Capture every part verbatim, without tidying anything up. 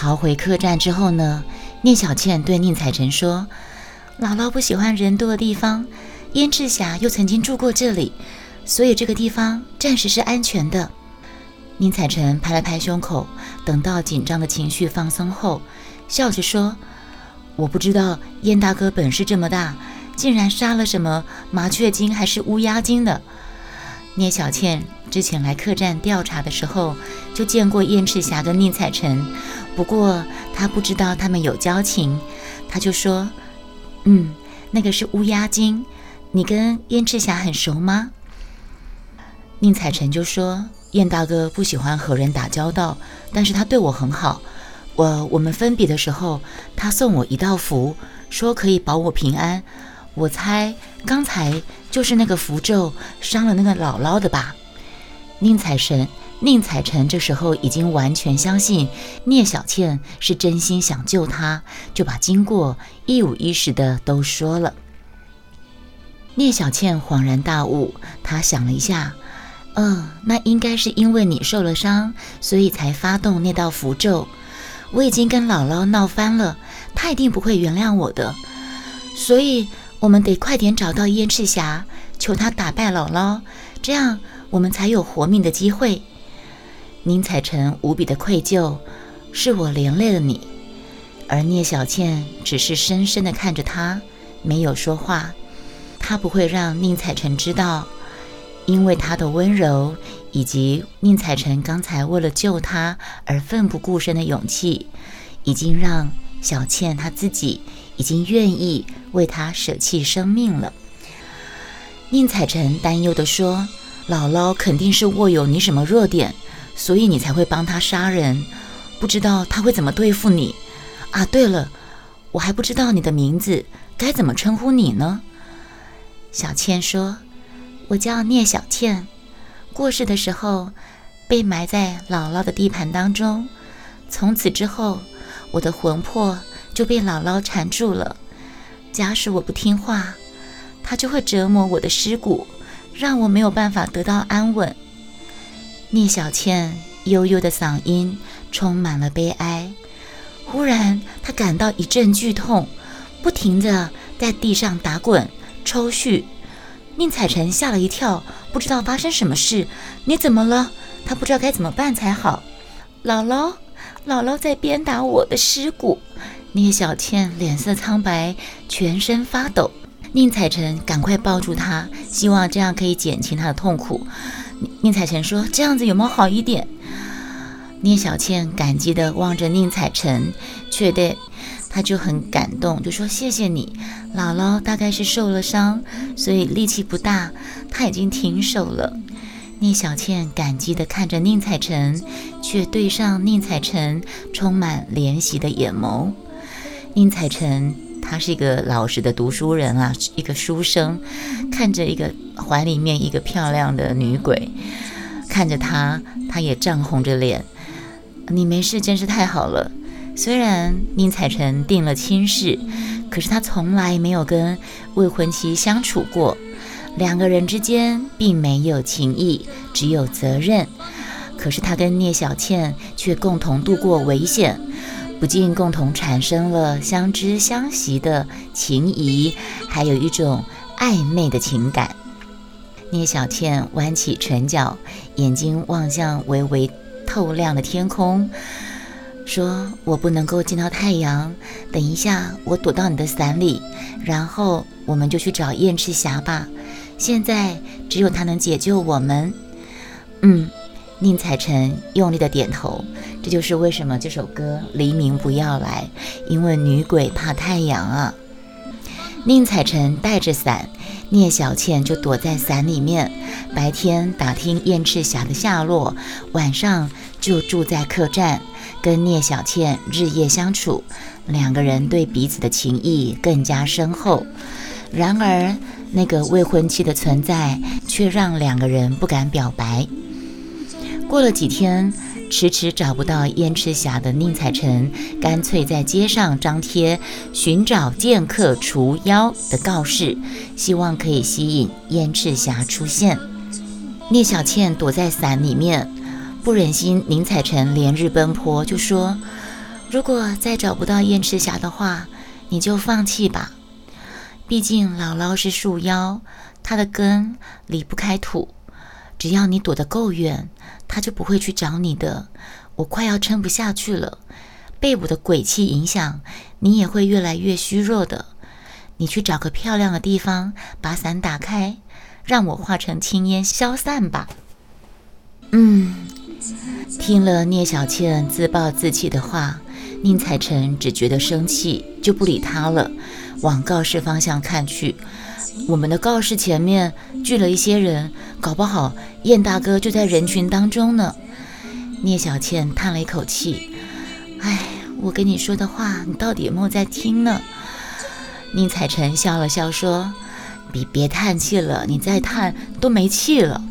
逃回客栈之后呢，聂小倩对宁采臣说，姥姥不喜欢人多的地方，燕赤霞又曾经住过这里，所以这个地方暂时是安全的。宁采臣拍了拍胸口，等到紧张的情绪放松后，笑着说，我不知道燕大哥本事这么大，竟然杀了什么麻雀精还是乌鸦精的。聂小倩之前来客栈调查的时候就见过燕赤霞跟宁采臣，不过她不知道他们有交情，她就说，嗯，那个是乌鸦精，你跟燕赤霞很熟吗？宁采臣就说，燕大哥不喜欢和人打交道，但是他对我很好，我我们分别的时候，他送我一道符，说可以保我平安，我猜刚才就是那个符咒伤了那个姥姥的吧。宁采臣宁采臣这时候已经完全相信聂小倩是真心想救他，就把经过一五一十的都说了。聂小倩恍然大悟，她想了一下，嗯，那应该是因为你受了伤，所以才发动那道符咒。我已经跟姥姥闹翻了，她一定不会原谅我的，所以我们得快点找到燕赤霞，求她打败姥姥，这样我们才有活命的机会。宁采臣无比的愧疚，是我连累了你。而聂小倩只是深深地看着他，没有说话。他不会让宁采臣知道，因为他的温柔以及宁采臣刚才为了救他而奋不顾身的勇气，已经让小倩她自己已经愿意为他舍弃生命了。宁采臣担忧地说，姥姥肯定是握有你什么弱点，所以你才会帮他杀人，不知道他会怎么对付你啊。对了，我还不知道你的名字，该怎么称呼你呢？小倩说，我叫聂小倩，过世的时候被埋在姥姥的地盘当中，从此之后我的魂魄就被姥姥缠住了，假使我不听话，她就会折磨我的尸骨，让我没有办法得到安稳。聂小倩悠悠的嗓音充满了悲哀，忽然她感到一阵剧痛，不停地在地上打滚抽搐。宁采臣吓了一跳，不知道发生什么事，你怎么了？他不知道该怎么办才好。姥姥姥姥在鞭打我的尸骨。聂小倩脸色苍白，全身发抖。宁采臣赶快抱住她，希望这样可以减轻她的痛苦。宁采臣说，这样子有没有好一点？聂小倩感激地望着宁采臣，却对他就很感动，就说谢谢你，姥姥大概是受了伤，所以力气不大，她已经停手了。聂小倩感激地看着宁采臣，却对上宁采臣充满怜惜的眼眸。宁采臣他是一个老实的读书人啊，一个书生，看着一个怀里面一个漂亮的女鬼，看着他，他也涨红着脸。你没事真是太好了。虽然宁采臣定了亲事，可是他从来没有跟未婚妻相处过，两个人之间并没有情谊，只有责任。可是他跟聂小倩却共同度过危险，不仅共同产生了相知相惜的情谊，还有一种暧昧的情感。聂小倩弯起唇角，眼睛望向微微透亮的天空，说，我不能够见到太阳，等一下我躲到你的伞里，然后我们就去找燕赤霞吧，现在只有他能解救我们。嗯，宁采臣用力的点头，这就是为什么这首歌黎明不要来，因为女鬼怕太阳啊。宁采臣带着伞，聂小倩就躲在伞里面，白天打听燕赤霞的下落，晚上就住在客栈，跟聂小倩日夜相处，两个人对彼此的情谊更加深厚。然而那个未婚妻的存在却让两个人不敢表白。过了几天，迟迟找不到燕赤霞的宁采臣，干脆在街上张贴寻找剑客除妖的告示，希望可以吸引燕赤霞出现。聂小倩躲在伞里面，不忍心宁采臣连日奔波，就说， 如果再找不到燕赤霞的话，你就放弃吧。毕竟姥姥是树妖，她的根离不开土，只要你躲得够远，她就不会去找你的。我快要撑不下去了，被我的鬼气影响，你也会越来越虚弱的。你去找个漂亮的地方，把伞打开，让我化成青烟消散吧。嗯，听了聂小倩自暴自弃的话，宁采臣只觉得生气，就不理他了，往告示方向看去。我们的告示前面聚了一些人，搞不好燕大哥就在人群当中呢。聂小倩叹了一口气，哎，我跟你说的话，你到底有没有在听呢？宁采臣笑了笑说，你别叹气了，你再叹都没气了。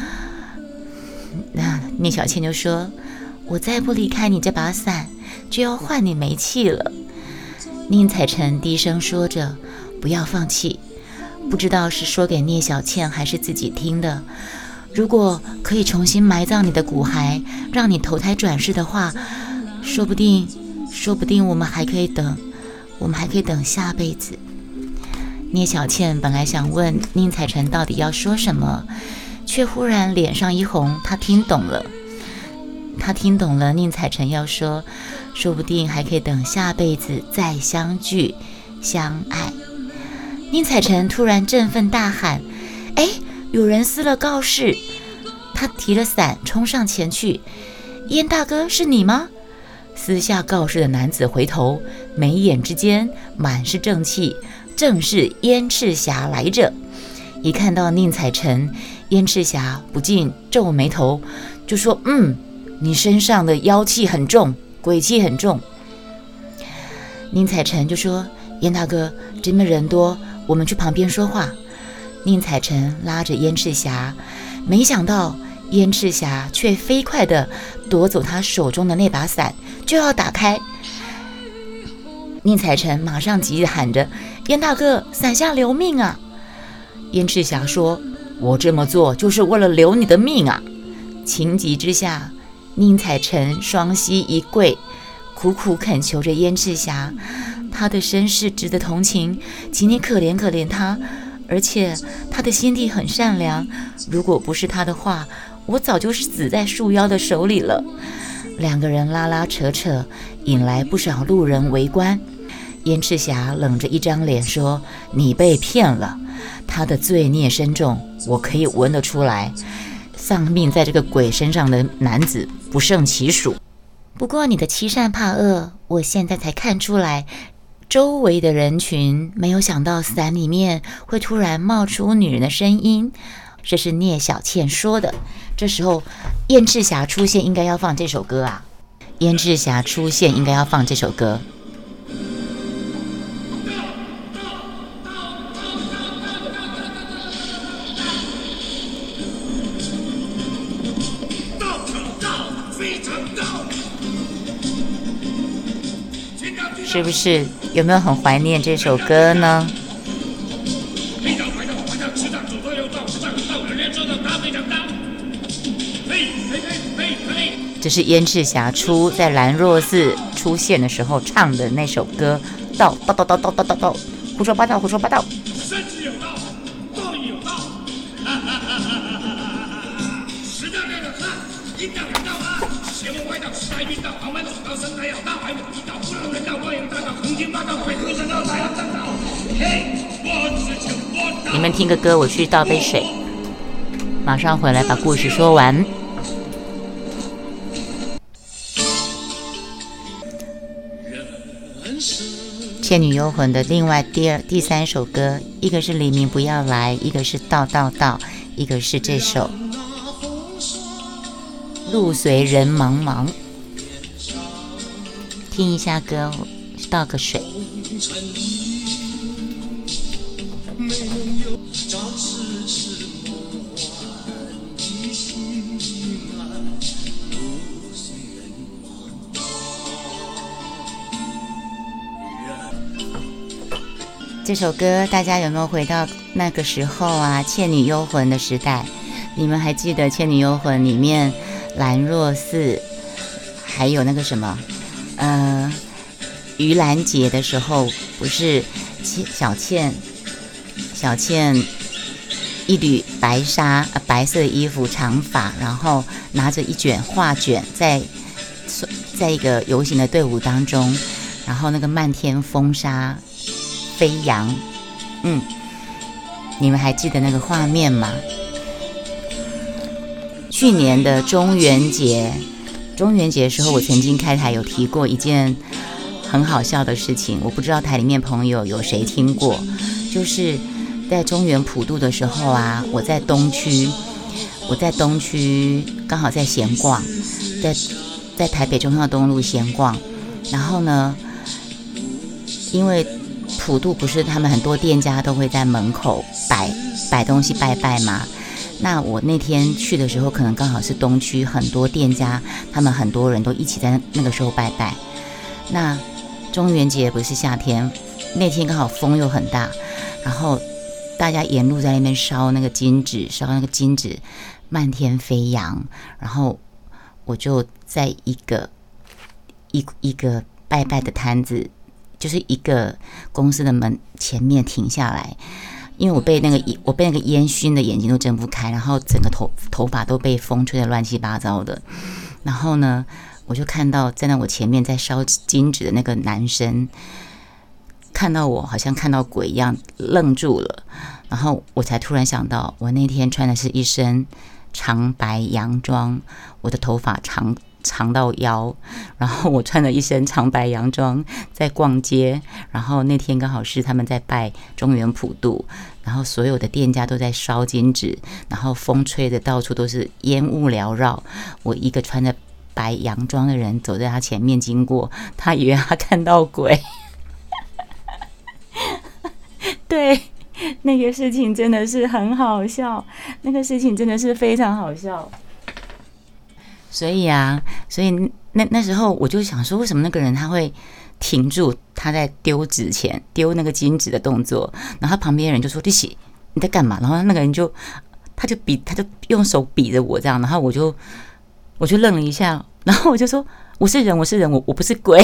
那聂小倩就说，我再不离开你这把伞，就要换你没气了。宁采臣低声说着，不要放弃。不知道是说给聂小倩还是自己听的，如果可以重新埋葬你的骨骸，让你投胎转世的话，说不定说不定我们还可以等我们还可以等下辈子。聂小倩本来想问宁采臣到底要说什么，却忽然脸上一红，她听懂了她听懂了宁采臣要说，说不定还可以等下辈子再相聚相爱。宁采臣突然振奋大喊，哎，有人撕了告示。他提了伞冲上前去，燕大哥，是你吗？撕下告示的男子回头，眉眼之间满是正气，正是燕赤霞来着。一看到宁采臣，燕赤霞不禁皱眉头，就说，嗯，你身上的妖气很重，鬼气很重。宁采臣就说，燕大哥，这边人多，我们去旁边说话。宁采臣拉着燕赤霞，没想到燕赤霞却飞快地夺走他手中的那把伞，就要打开。宁采臣马上急地喊着，燕大哥，伞下留命啊！燕赤霞说，我这么做就是为了留你的命啊！情急之下，宁采臣双膝一跪，苦苦恳求着燕赤霞，他的身世值得同情，请你可怜可怜他，而且他的心地很善良，如果不是他的话，我早就死在树妖的手里了。两个人拉拉扯扯，引来不少路人围观。燕赤霞冷着一张脸说，你被骗了，他的罪孽深重，我可以闻得出来，丧命在这个鬼身上的男子不胜其数。不过你的欺善怕恶，我现在才看出来。周围的人群没有想到伞里面会突然冒出女人的声音，这是聂小倩说的。这时候燕赤霞出现，应该要放这首歌啊！燕赤霞出现，应该要放这首歌。是不是？有没有很怀念这首歌呢？这是燕赤霞初在兰若寺出现的时候唱的那首歌，道道道道道道道道，胡说八道，胡说八道。身体有道，道义有道，时代量的汉，应当人道啊，邪魔歪道，时代运道，豪迈广道，生态要道，还有一道，不让人道，光有大道，横行霸道，鬼鬼神道，才要正道。嘿，我只求我道。你们听个歌，我去倒杯水，马上回来把故事说完。《倩女幽魂》的另外第二、第三首歌，一个是黎明不要来，一个是道道道，一个是这首路随人茫茫。听一下歌，倒个水。这首歌大家有没有回到那个时候啊，倩女幽魂的时代？你们还记得倩女幽魂里面兰若寺还有那个什么呃，盂兰节的时候，不是小倩小倩一缕白纱、呃、白色的衣服长发，然后拿着一卷画卷在在一个游行的队伍当中，然后那个漫天风沙飞扬，嗯，你们还记得那个画面吗？去年的中元节中元节的时候，我曾经开台有提过一件很好笑的事情，我不知道台里面朋友有谁听过，就是在中元普渡的时候啊，我在东区我在东区刚好在闲逛，在在台北忠孝东路闲逛，然后呢，因为普渡不是他们很多店家都会在门口摆摆东西拜拜嘛，那我那天去的时候，可能刚好是东区很多店家，他们很多人都一起在那个时候拜拜。那中元节不是夏天，那天刚好风又很大，然后大家沿路在那边烧那个金纸，烧那个金纸漫天飞扬，然后我就在一个一一个拜拜的摊子，就是一个公司的门前面停下来，因为我被那个我被那个烟熏的眼睛都睁不开，然后整个头头发都被风吹得乱七八糟的，然后呢，我就看到站在我前面在烧金纸的那个男生，看到我好像看到鬼一样愣住了，然后我才突然想到，我那天穿的是一身长白洋装，我的头发长长到腰，然后我穿了一身长白洋装在逛街，然后那天刚好是他们在拜中元普渡，然后所有的店家都在烧金纸，然后风吹的到处都是烟雾缭绕，我一个穿着白洋装的人走在他前面经过，他以为他看到鬼对，那个事情真的是很好笑，那个事情真的是非常好笑。所以啊，所以那那时候我就想说，为什么那个人他会停住他在丢纸钱、丢那个金纸的动作？然后他旁边的人就说：“丽喜，你在干嘛？”然后那个人就他就比他就用手比着我这样，然后我就我就愣了一下，然后我就说：“我是人，我是人，我我不是鬼。”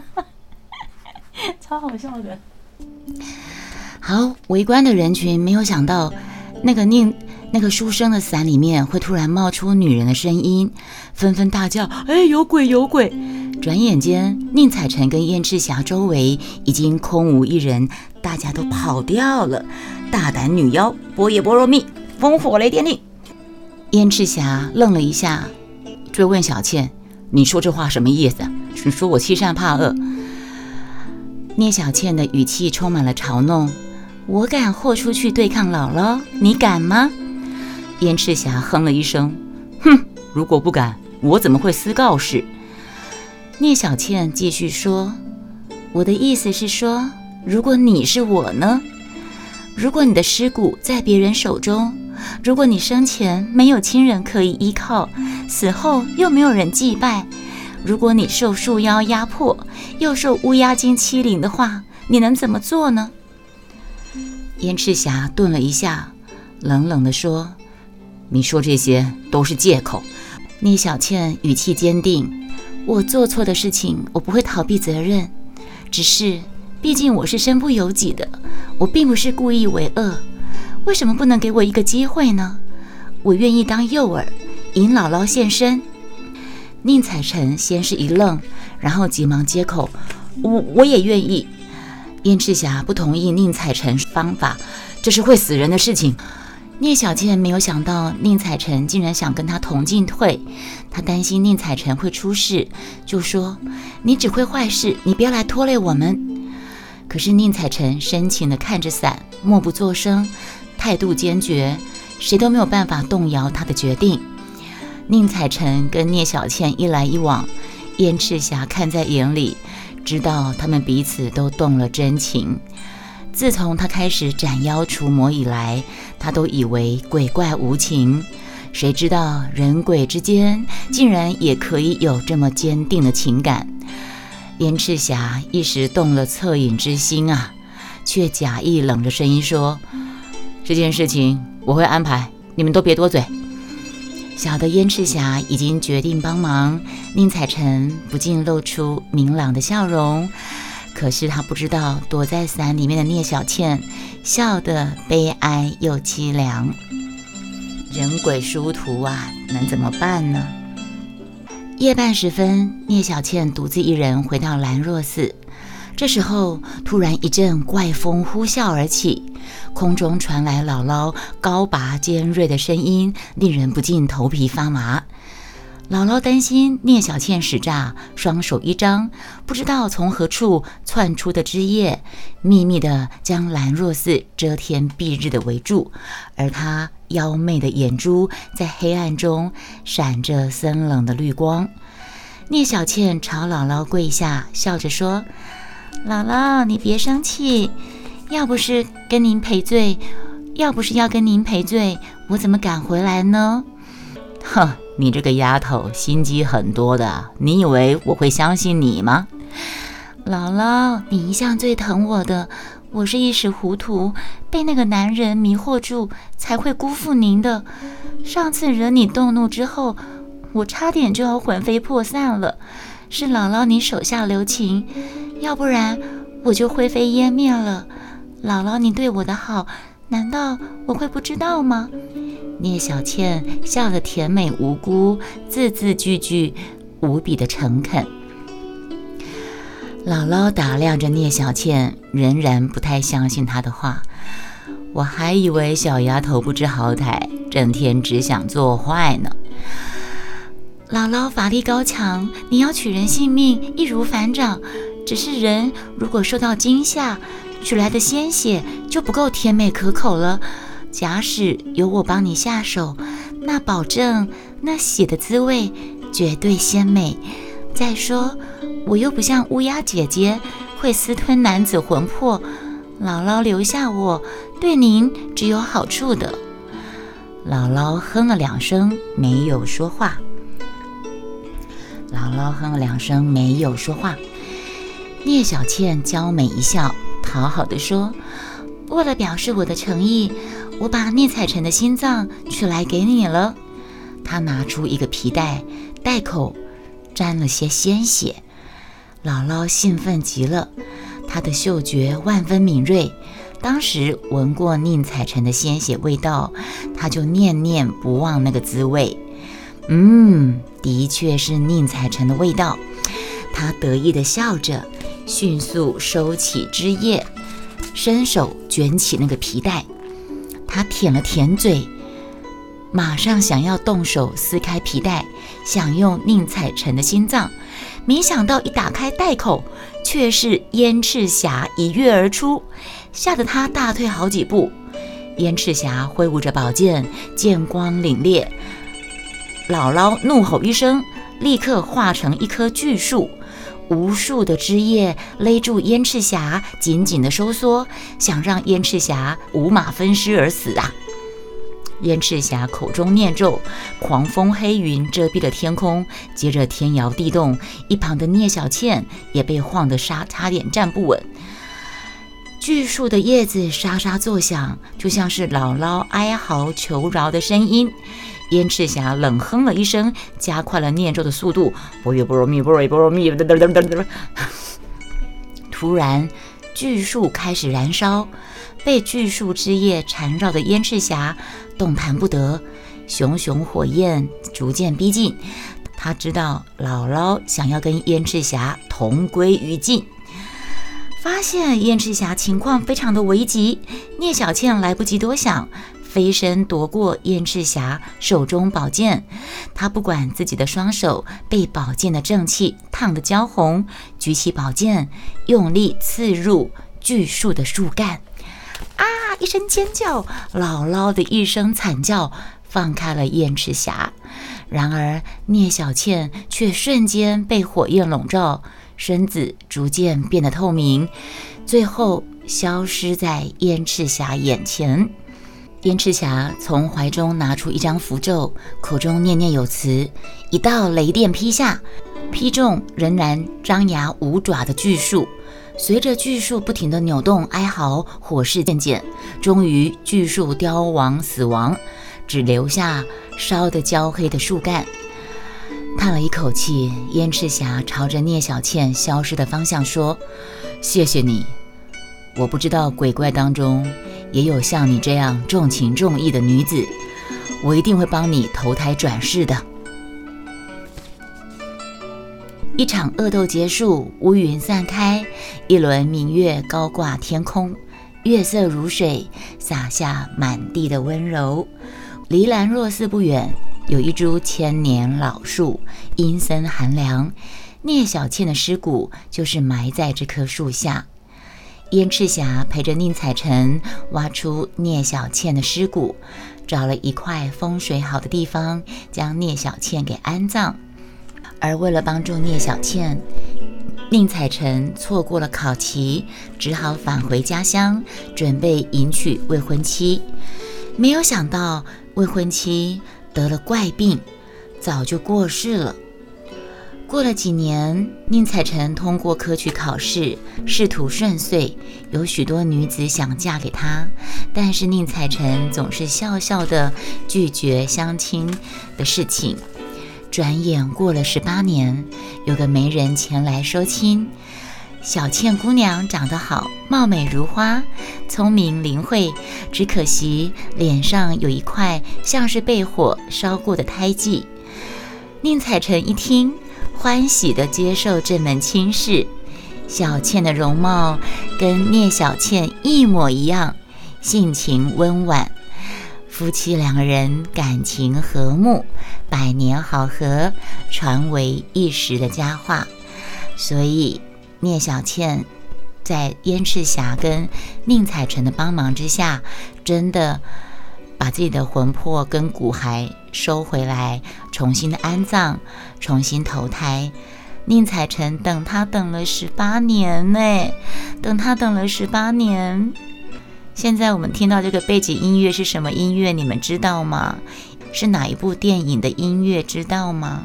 超好笑的。好，围观的人群没有想到，那个念那个书生的伞里面会突然冒出女人的声音，纷纷大叫：“哎，有鬼，有鬼！”转眼间，宁采臣跟燕赤霞周围已经空无一人，大家都跑掉了。大胆女妖，波耶波罗蜜，烽火雷电令！燕赤霞愣了一下，追问小倩：“你说这话什么意思？是说我欺善怕恶？”聂小倩的语气充满了嘲弄：“我敢豁出去对抗姥姥，你敢吗？”燕赤霞哼了一声：“哼，如果不敢，我怎么会私告示？”聂小倩继续说：“我的意思是说，如果你是我呢？如果你的尸骨在别人手中，如果你生前没有亲人可以依靠，死后又没有人祭拜，如果你受树妖压迫，又受乌鸦精欺凌的话，你能怎么做呢？”燕赤霞顿了一下，冷冷地说：“你说这些都是借口。”聂小倩语气坚定：“我做错的事情，我不会逃避责任，只是毕竟我是身不由己的，我并不是故意为恶，为什么不能给我一个机会呢？我愿意当诱饵，引姥姥现身。”宁采臣先是一愣，然后急忙接口：“我我也愿意。”燕赤霞不同意宁采臣方法，这是会死人的事情。聂小倩没有想到宁采臣竟然想跟他同进退，她担心宁采臣会出事，就说：“你只会坏事，你不要来拖累我们。”可是宁采臣深情地看着伞，默不作声，态度坚决，谁都没有办法动摇他的决定。宁采臣跟聂小倩一来一往，燕赤霞看在眼里，知道他们彼此都动了真情。自从他开始斩妖除魔以来，他都以为鬼怪无情，谁知道人鬼之间竟然也可以有这么坚定的情感。燕赤霞一时动了恻隐之心啊，却假意冷着声音说：“这件事情我会安排，你们都别多嘴。” 小的燕赤霞已经决定帮忙，宁采臣不禁露出明朗的笑容。可是他不知道躲在伞里面的聂小倩笑得悲哀又凄凉。人鬼殊途啊，能怎么办呢？夜半时分，聂小倩独自一人回到兰若寺。这时候突然一阵怪风呼啸而起，空中传来姥姥高拔尖锐的声音，令人不禁头皮发麻。姥姥担心聂小倩使诈，双手一张，不知道从何处窜出的枝叶，秘密地将兰若寺遮天蔽日地围住，而她妖媚的眼珠在黑暗中闪着森冷的绿光。聂小倩朝姥姥跪下，笑着说：“姥姥，你别生气，要不是跟您赔罪，要不是要跟您赔罪，我怎么敢回来呢？”哼，你这个丫头心机很多的，你以为我会相信你吗？姥姥，你一向最疼我的，我是一时糊涂，被那个男人迷惑住，才会辜负您的。上次惹你动怒之后，我差点就要魂飞魄散了，是姥姥你手下留情，要不然我就灰飞烟灭了。姥姥你对我的好，难道我会不知道吗？聂小倩笑得甜美无辜，字字句句无比的诚恳。姥姥打量着聂小倩，仍然不太相信她的话。我还以为小丫头不知好歹，整天只想做坏呢。姥姥法力高强，你要取人性命易如反掌，只是人如果受到惊吓，取来的鲜血就不够甜美可口了。假使由我帮你下手，那保证那血的滋味绝对鲜美。再说我又不像乌鸦姐姐会私吞男子魂魄，姥姥留下我对您只有好处的。姥姥哼了两声，没有说话。姥姥哼了两声，没有说话。聂小倩娇美一笑，讨好地说：“为了表示我的诚意，我把聂采臣的心脏取来给你了。”她拿出一个皮带，袋口沾了些鲜血。姥姥兴奋极了，她的嗅觉万分敏锐，当时闻过宁采臣的鲜血味道，她就念念不忘那个滋味。嗯，的确是宁采臣的味道。她得意地笑着，迅速收起枝叶，伸手卷起那个皮带。她舔了舔嘴，马上想要动手撕开皮带，享用宁采臣的心脏。没想到一打开袋口，却是燕赤霞一跃而出，吓得她大退好几步。燕赤霞挥舞着宝剑，剑光凛冽。姥姥怒吼一声，立刻化成一棵巨树，无数的枝叶勒住燕赤霞，紧紧地收缩，想让燕赤霞五马分尸而死啊！燕赤霞口中念咒，狂风黑云遮蔽了天空，接着天摇地动，一旁的聂小倩也被晃得差差点站不稳。巨树的叶子沙沙作响，就像是姥姥哀嚎求饶的声音。燕赤霞冷哼了一声，加快了念咒的速度。波若波罗蜜，波若波罗蜜。突然，巨树开始燃烧，被巨树枝叶缠绕的燕赤霞动弹不得。熊熊火焰逐渐逼近，他知道姥姥想要跟燕赤霞同归于尽。发现燕赤霞情况非常的危急，聂小倩来不及多想，飞身夺过燕赤霞手中宝剑。她不管自己的双手被宝剑的正气烫得焦红，举起宝剑，用力刺入巨树的树干。啊！一声尖叫，姥姥的一声惨叫，放开了燕赤霞。然而聂小倩却瞬间被火焰笼罩，身子逐渐变得透明，最后消失在燕赤霞眼前。燕赤霞从怀中拿出一张符咒，口中念念有词，一道雷电劈下，劈中仍然张牙舞爪的巨树。随着巨树不停地扭动哀嚎，火势渐减，终于巨树凋亡死亡。 只留下烧得焦黑的树干。叹了一口气，燕赤霞朝着聂小倩消失的方向说：谢谢你，我不知道鬼怪当中也有像你这样重情重义的女子，我一定会帮你投胎转世的。一场恶斗结束，乌云散开，一轮明月高挂天空，月色如水，洒下满地的温柔。离兰若寺不远，有一株千年老树，阴森寒凉。聂小倩的尸骨就是埋在这棵树下。燕赤霞陪着宁采臣挖出聂小倩的尸骨，找了一块风水好的地方，将聂小倩给安葬。而为了帮助聂小倩，宁采臣错过了考期，只好返回家乡，准备迎娶未婚妻。没有想到未婚妻得了怪病，早就过世了。过了几年，宁采臣通过科举考试，仕途顺遂，有许多女子想嫁给他，但是宁采臣总是笑笑地拒绝相亲的事情。转眼过了十八年，有个媒人前来收亲。小倩姑娘长得好，貌美如花，聪明灵慧，只可惜脸上有一块像是被火烧过的胎记。宁采臣一听，欢喜地接受这门亲事。小倩的容貌跟聂小倩一模一样，性情温婉，夫妻两个人感情和睦，百年好合，传为一时的佳话。所以聂小倩在燕赤霞跟宁采臣的帮忙之下，真的把自己的魂魄跟骨骸收回来，重新的安葬，重新投胎。宁采臣等他等了十八年呢，等他等了十八年。现在我们听到这个背景音乐是什么音乐？你们知道吗？是哪一部电影的音乐？知道吗？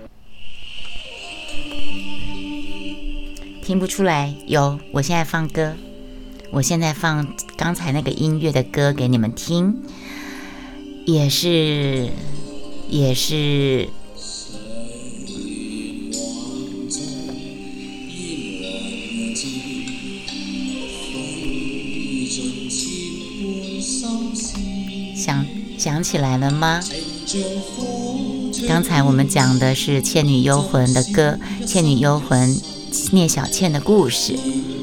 听不出来？有，我现在放歌，我现在放刚才那个音乐的歌给你们听，也是，也是。想想起来了吗？刚才我们讲的是《倩女幽魂》的歌，《倩女幽魂》聂小倩的故事。